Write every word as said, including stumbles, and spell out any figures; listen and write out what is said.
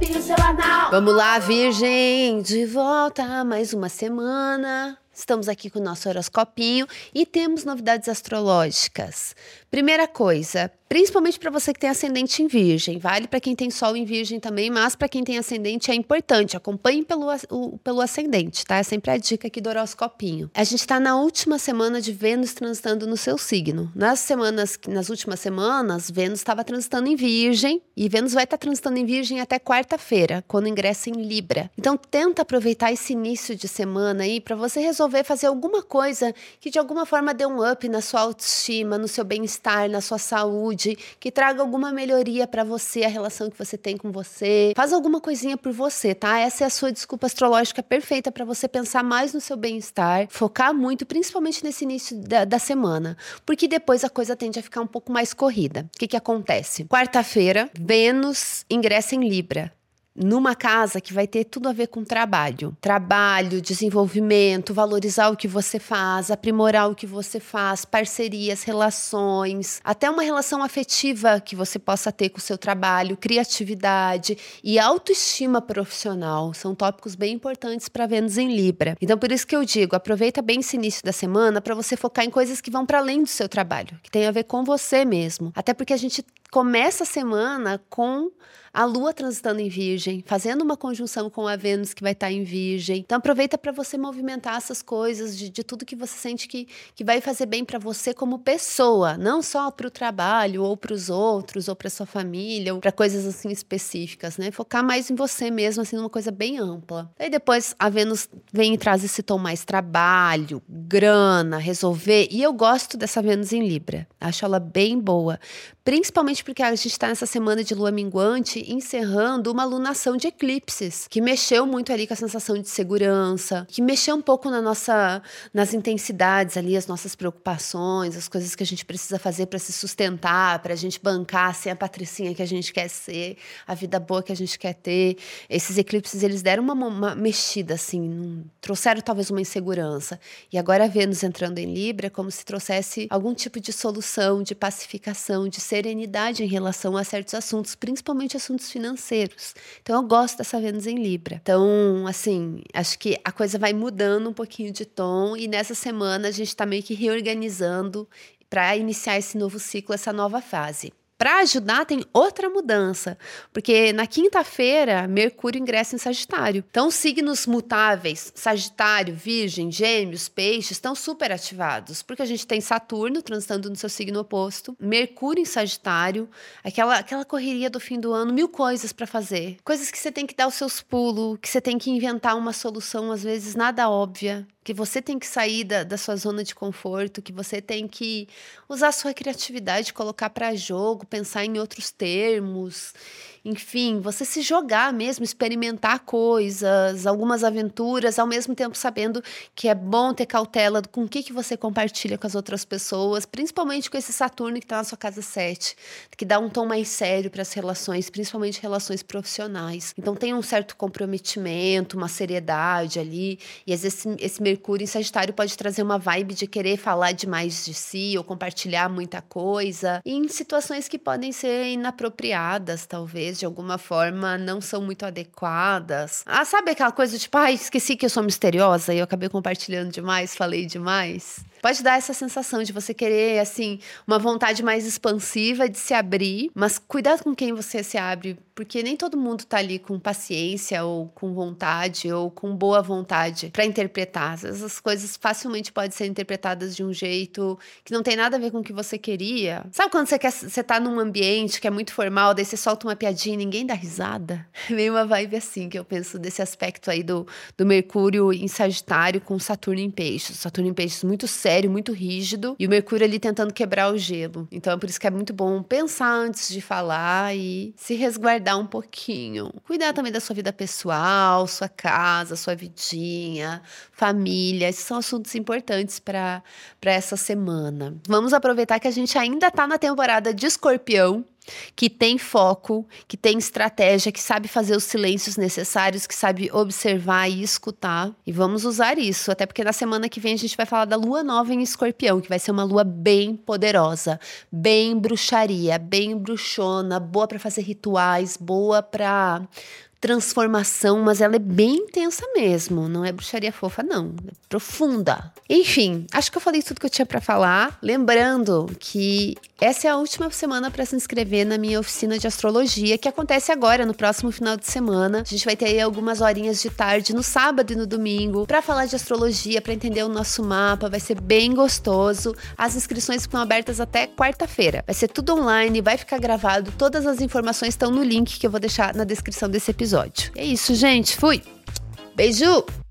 Copie o seu anal. Vamos lá, Virgem, de volta a mais uma semana. Estamos aqui com o nosso horoscopinho e temos novidades astrológicas. Primeira coisa, principalmente para você que tem ascendente em Virgem, vale para quem tem Sol em Virgem também, mas para quem tem ascendente é importante, acompanhe pelo, o, pelo ascendente, tá? É sempre a dica aqui do horoscopinho. A gente está na última semana de Vênus transitando no seu signo. Nas semanas, nas últimas semanas, Vênus estava transitando em Virgem e Vênus vai estar tá transitando em Virgem até quarta-feira, quando ingressa em Libra. Então tenta aproveitar esse início de semana aí para você resolver fazer alguma coisa que de alguma forma dê um up na sua autoestima, no seu bem-estar, na sua saúde, que traga alguma melhoria para você, a relação que você tem com você. Faz alguma coisinha por você, tá? Essa é a sua desculpa astrológica perfeita para você pensar mais no seu bem-estar, focar muito, principalmente nesse início da, da semana, porque depois a coisa tende a ficar um pouco mais corrida. O que que acontece? Quarta-feira, Vênus ingressa em Libra. Numa casa que vai ter tudo a ver com trabalho. Trabalho, desenvolvimento, valorizar o que você faz, aprimorar o que você faz, parcerias, relações, até uma relação afetiva que você possa ter com o seu trabalho, criatividade e autoestima profissional. São tópicos bem importantes para Vênus em Libra. Então, por isso que eu digo, aproveita bem esse início da semana para você focar em coisas que vão para além do seu trabalho, que tem a ver com você mesmo. Até porque a gente começa a semana com a Lua transitando em Virgem, fazendo uma conjunção com a Vênus que vai estar em Virgem. Então aproveita para você movimentar essas coisas de, de tudo que você sente que, que vai fazer bem para você como pessoa, não só para o trabalho ou para os outros ou para sua família ou para coisas assim específicas, né? Focar mais em você mesmo, assim, numa coisa bem ampla. Aí depois a Vênus vem e traz esse tom mais trabalho, grana, resolver. E eu gosto dessa Vênus em Libra. Acho ela bem boa. Principalmente porque a gente está nessa semana de lua minguante encerrando uma lunação de eclipses, que mexeu muito ali com a sensação de segurança, que mexeu um pouco na nossa, nas intensidades ali, as nossas preocupações, as coisas que a gente precisa fazer para se sustentar, para a gente bancar, ser a patricinha que a gente quer ser, a vida boa que a gente quer ter. Esses eclipses, eles deram uma, uma mexida, assim, trouxeram talvez uma insegurança. E agora a Vênus entrando em Libra é como se trouxesse algum tipo de solução, de pacificação, de serenidade em relação a certos assuntos, principalmente assuntos financeiros. Então eu gosto dessa Vênus em Libra. Então, assim, acho que a coisa vai mudando um pouquinho de tom e nessa semana a gente está meio que reorganizando para iniciar esse novo ciclo, essa nova fase. Para ajudar, tem outra mudança, porque na quinta-feira, Mercúrio ingressa em Sagitário. Então, signos mutáveis, Sagitário, Virgem, Gêmeos, Peixes, estão super ativados, porque a gente tem Saturno transitando no seu signo oposto, Mercúrio em Sagitário, aquela, aquela correria do fim do ano, mil coisas para fazer, coisas que você tem que dar os seus pulos, que você tem que inventar uma solução, às vezes nada óbvia, que você tem que sair da, da sua zona de conforto, que você tem que usar a sua criatividade, colocar para jogo, pensar em outros termos, enfim, você se jogar mesmo, experimentar coisas, algumas aventuras, ao mesmo tempo sabendo que é bom ter cautela com o que, que você compartilha com as outras pessoas, principalmente com esse Saturno que está na sua casa sete, que dá um tom mais sério para as relações, principalmente relações profissionais. Então tem um certo comprometimento, uma seriedade ali, e às vezes esse, esse Mercúrio em Sagitário pode trazer uma vibe de querer falar demais de si ou compartilhar muita coisa, em situações que podem ser inapropriadas, talvez, de alguma forma, não são muito adequadas. Ah, sabe aquela coisa tipo, ah, esqueci que eu sou misteriosa e eu acabei compartilhando demais, falei demais? Pode dar essa sensação de você querer, assim, uma vontade mais expansiva de se abrir, mas cuidado com quem você se abre, porque nem todo mundo tá ali com paciência ou com vontade ou com boa vontade para interpretar. Essas coisas facilmente podem ser interpretadas de um jeito que não tem nada a ver com o que você queria. Sabe quando você quer, você tá num ambiente que é muito formal, daí você solta uma piadinha e ninguém dá risada? É meio uma vibe assim que eu penso desse aspecto aí do, do Mercúrio em Sagitário com Saturno em Peixes. Saturno em Peixes muito sério, muito rígido, e o Mercúrio ali tentando quebrar o gelo. Então é por isso que é muito bom pensar antes de falar e se resguardar um pouquinho. Cuidar também da sua vida pessoal, sua casa, sua vidinha, família. Esses são assuntos importantes para para essa semana. Vamos aproveitar que a gente ainda está na temporada de Escorpião, que tem foco, que tem estratégia, que sabe fazer os silêncios necessários, que sabe observar e escutar. E vamos usar isso, até porque na semana que vem a gente vai falar da lua nova em Escorpião, que vai ser uma lua bem poderosa, bem bruxaria, bem bruxona, boa para fazer rituais, boa para transformação, mas ela é bem intensa mesmo. Não é bruxaria fofa, não. É profunda. Enfim, acho que eu falei tudo que eu tinha pra falar. Lembrando que essa é a última semana para se inscrever na minha oficina de astrologia, que acontece agora, no próximo final de semana. A gente vai ter aí algumas horinhas de tarde, no sábado e no domingo, para falar de astrologia, para entender o nosso mapa. Vai ser bem gostoso. As inscrições estão abertas até quarta-feira. Vai ser tudo online, vai ficar gravado. Todas as informações estão no link que eu vou deixar na descrição desse episódio. É isso, gente. Fui! Beijo!